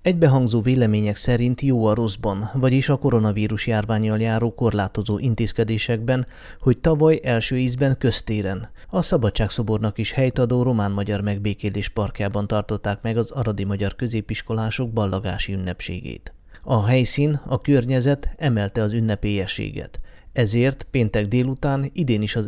Egybehangzó vélemények szerint jó a rosszban, vagyis a koronavírus járvánnyal járó korlátozó intézkedésekben, hogy tavaly első ízben köztéren, a Szabadságszobornak is helyt adó román-magyar megbékélés parkjában tartották meg az aradi magyar középiskolások ballagási ünnepségét. A helyszín, a környezet emelte az ünnepélyességet. Ezért péntek délután idén is az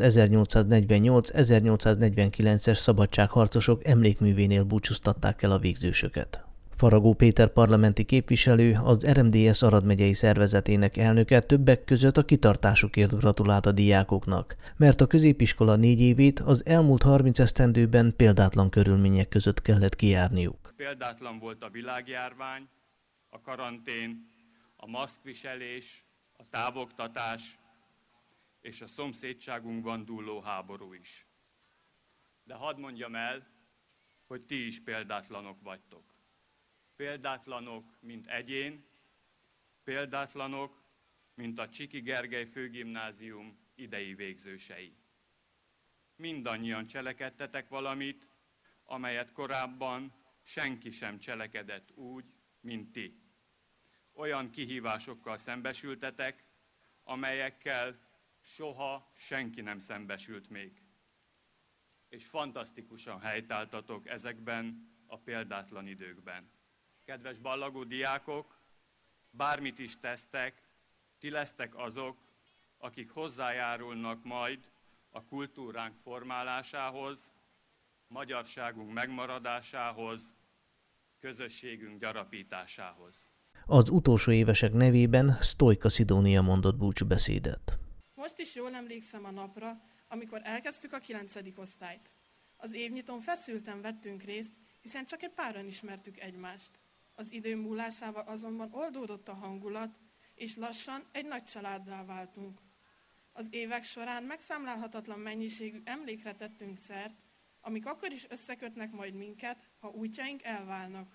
1848-1849-es szabadságharcosok emlékművénél búcsúztatták el a végzősöket. Faragó Péter parlamenti képviselő, az RMDSZ Arad megyei szervezetének elnöke többek között a kitartásukért gratulált a diákoknak, mert a középiskola 4 évét az elmúlt 30 esztendőben példátlan körülmények között kellett kijárniuk. Példátlan volt a világjárvány, a karantén, a maszkviselés, a távoktatás és a szomszédságunkban dúló háború is. De hadd mondjam el, hogy ti is példátlanok vagytok. Példátlanok, mint egyén, példátlanok, mint a Csiki Gergely Főgimnázium idei végzősei. Mindannyian cselekedtetek valamit, amelyet korábban senki sem cselekedett úgy, mint ti. Olyan kihívásokkal szembesültetek, amelyekkel soha senki nem szembesült még. És fantasztikusan helytáltatok ezekben a példátlan időkben. Kedves ballagó diákok, bármit is tesztek, ti lesztek azok, akik hozzájárulnak majd a kultúránk formálásához, magyarságunk megmaradásához, közösségünk gyarapításához. Az utolsó évesek nevében Sztojka Szidónia mondott búcsúbeszédet. Most is jól emlékszem a napra, amikor elkezdtük a 9. osztályt. Az évnyitón feszülten vettünk részt, hiszen csak egy páran ismertük egymást. Az idő múlásával azonban oldódott a hangulat, és lassan egy nagy családdá váltunk. Az évek során megszámlálhatatlan mennyiségű emlékre tettünk szert, amik akkor is összekötnek majd minket, ha útjaink elválnak.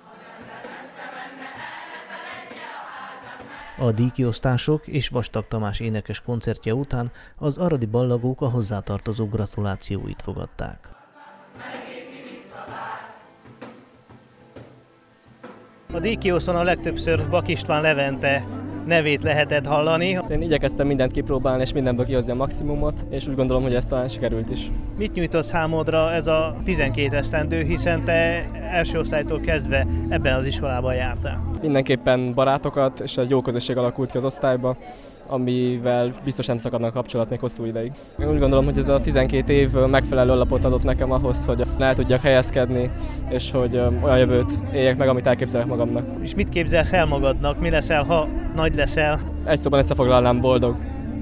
A díjkiosztások és Vastag Tamás énekes koncertje után az aradi ballagók a hozzátartozó gratulációit fogadták. A díjkiosztón a legtöbbször Bak István Levente nevét lehetett hallani. Én igyekeztem mindent kipróbálni és mindenből kihozni a maximumot, és úgy gondolom, hogy ez talán sikerült is. Mit nyújtott számodra ez a 12 esztendő, hiszen te első osztálytól kezdve ebben az iskolában jártál? Mindenképpen barátokat és egy jó közösség alakult ki az osztályba, amivel biztos nem szakadnak a kapcsolat még hosszú ideig. Én úgy gondolom, hogy ez a 12 év megfelelő alapot adott nekem ahhoz, hogy el tudjak helyezkedni, és hogy olyan jövőt éljek meg, amit elképzelek magamnak. És mit képzelsz el magadnak? Mi leszel, ha nagy leszel? Egy szóban összefoglalnám, boldog.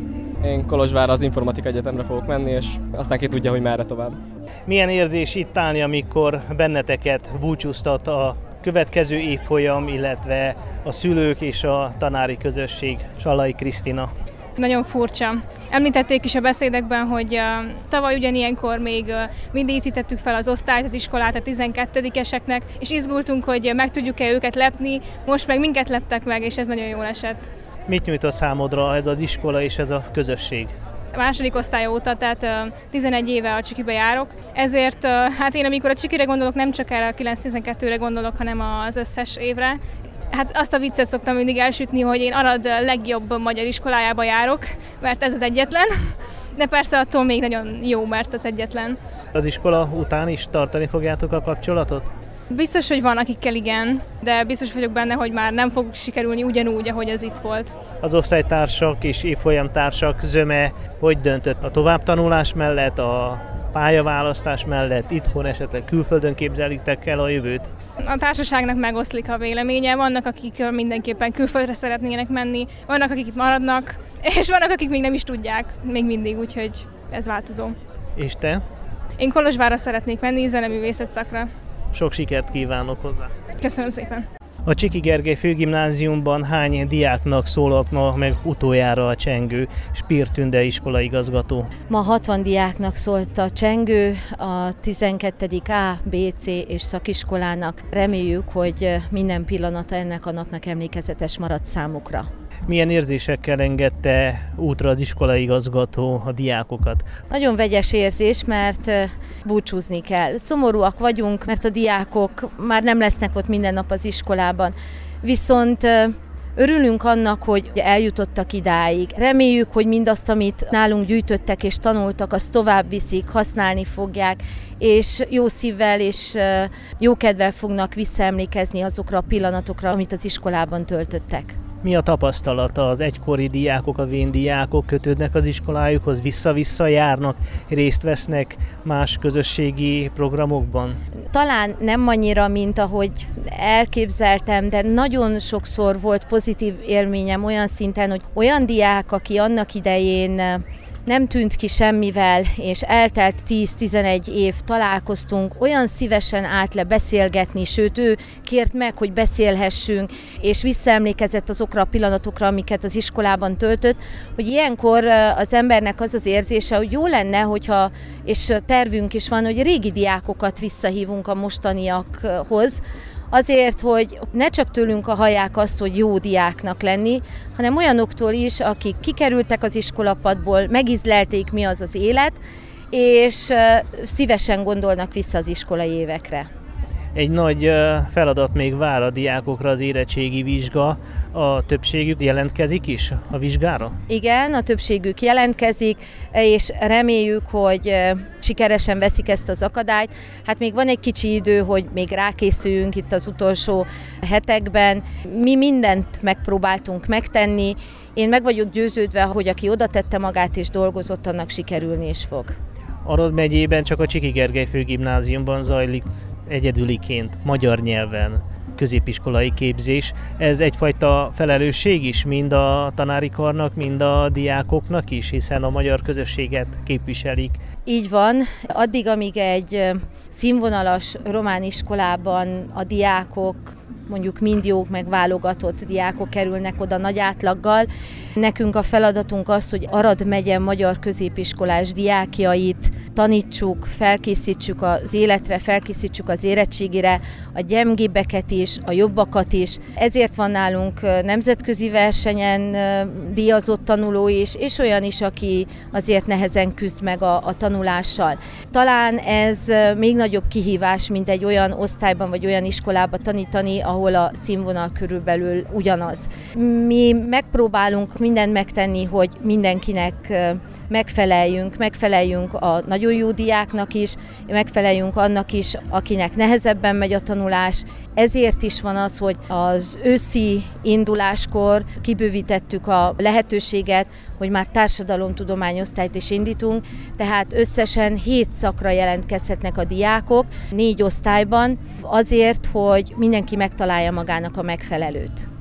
Én Kolozsvárra az Informatika Egyetemre fogok menni, és aztán ki tudja, hogy merre tovább. Milyen érzés itt állni, amikor benneteket búcsúztat a következő évfolyam, illetve a szülők és a tanári közösség? Sallai Krisztina. Nagyon furcsa. Említették is a beszédekben, hogy tavaly ugyanilyenkor még mi díszítettük fel az osztályt, az iskolát a 12-eseknek, és izgultunk, hogy meg tudjuk-e őket lepni, most meg minket leptek meg, és ez nagyon jól esett. Mit nyújtott számodra ez az iskola és ez a közösség? A második osztály óta, tehát 11 éve a Csikibe járok, ezért hát én amikor a Csikire gondolok, nem csak erre a 9-12-re gondolok, hanem az összes évre. Hát azt a viccet szoktam mindig elsütni, hogy én Arad legjobb magyar iskolájába járok, mert ez az egyetlen, de persze attól még nagyon jó, mert az egyetlen. Az iskola után is tartani fogjátok a kapcsolatot? Biztos, hogy van, akikkel igen, de biztos vagyok benne, hogy már nem fog sikerülni ugyanúgy, ahogy az itt volt. Az osztálytársak és évfolyamtársak zöme hogy döntött a továbbtanulás mellett, a pályaválasztás mellett, itthon esetleg külföldön képzelitek el a jövőt? A társaságnak megoszlik a véleménye, vannak, akik mindenképpen külföldre szeretnének menni, vannak, akik itt maradnak, és vannak, akik még nem is tudják, még mindig, úgyhogy ez változó. És te? Én Kolozsvárra szeretnék menni, zeneművészet szakra. Sok sikert kívánok hozzá! Köszönöm szépen! A Csiki Gergely Főgimnáziumban hány diáknak szólalt ma meg utoljára a csengő? Spír Tünde iskolaigazgató. Ma 60 diáknak szólt a csengő, a 12. A, B, C és szakiskolának. Reméljük, hogy minden pillanata ennek a napnak emlékezetes maradt számukra. Milyen érzésekkel engedte útra az iskolaigazgató a diákokat? Nagyon vegyes érzés, mert búcsúzni kell. Szomorúak vagyunk, mert a diákok már nem lesznek ott minden nap az iskolában. Viszont örülünk annak, hogy eljutottak idáig. Reméljük, hogy mindazt, amit nálunk gyűjtöttek és tanultak, azt tovább viszik, használni fogják, és jó szívvel és jó kedvel fognak visszaemlékezni azokra a pillanatokra, amit az iskolában töltöttek. Mi a tapasztalata? Az egykori diákok, a véndiákok kötődnek az iskolájukhoz, vissza-vissza járnak, részt vesznek más közösségi programokban? Talán nem annyira, mint ahogy elképzeltem, de nagyon sokszor volt pozitív élményem olyan szinten, hogy olyan diák, aki annak idején nem tűnt ki semmivel, és eltelt 10-11 év, találkoztunk, olyan szívesen állt le beszélgetni, sőt ő kért meg, hogy beszélhessünk, és visszaemlékezett azokra a pillanatokra, amiket az iskolában töltött, hogy ilyenkor az embernek az az érzése, hogy jó lenne, hogyha, és tervünk is van, hogy régi diákokat visszahívunk a mostaniakhoz, azért, hogy ne csak tőlünk hallják azt, hogy jó diáknak lenni, hanem olyanoktól is, akik kikerültek az iskolapadból, megízlelték, mi az az élet, és szívesen gondolnak vissza az iskolai évekre. Egy nagy feladat még vár a diákokra, az érettségi vizsga. A többségük jelentkezik is a vizsgára? Igen, a többségük jelentkezik, és reméljük, hogy sikeresen veszik ezt az akadályt. Hát még van egy kicsi idő, hogy még rákészüljünk itt az utolsó hetekben. Mi mindent megpróbáltunk megtenni. Én meg vagyok győződve, hogy aki oda tette magát és dolgozott, annak sikerülni is fog. Arad megyében csak a Csiki Gergely Főgimnáziumban zajlik egyedüliként magyar nyelven középiskolai képzés. Ez egyfajta felelősség is mind a tanári karnak, mind a diákoknak is, hiszen a magyar közösséget képviselik. Így van. Addig, amíg egy színvonalas román iskolában a diákok, mondjuk mind jók, meg válogatott diákok kerülnek oda nagy átlaggal. Nekünk a feladatunk az, hogy Arad megye magyar középiskolás diákjait tanítsuk, felkészítsük az életre, felkészítsük az érettségire, a gyengébbeket is, a jobbakat is. Ezért van nálunk nemzetközi versenyen díjazott tanuló is, és olyan is, aki azért nehezen küzd meg a tanulással. Talán ez még nagyobb kihívás, mint egy olyan osztályban vagy olyan iskolában tanítani, ahol a színvonal körülbelül ugyanaz. Mi megpróbálunk mindent megtenni, hogy mindenkinek megfeleljünk a nagyon jó diáknak is, megfeleljünk annak is, akinek nehezebben megy a tanulás. Ezért is van az, hogy az őszi induláskor kibővítettük a lehetőséget, hogy már társadalomtudományosztályt is indítunk, tehát összesen 7 szakra jelentkezhetnek a diákok 4 osztályban, azért, hogy mindenki megtalálja magának a megfelelőt.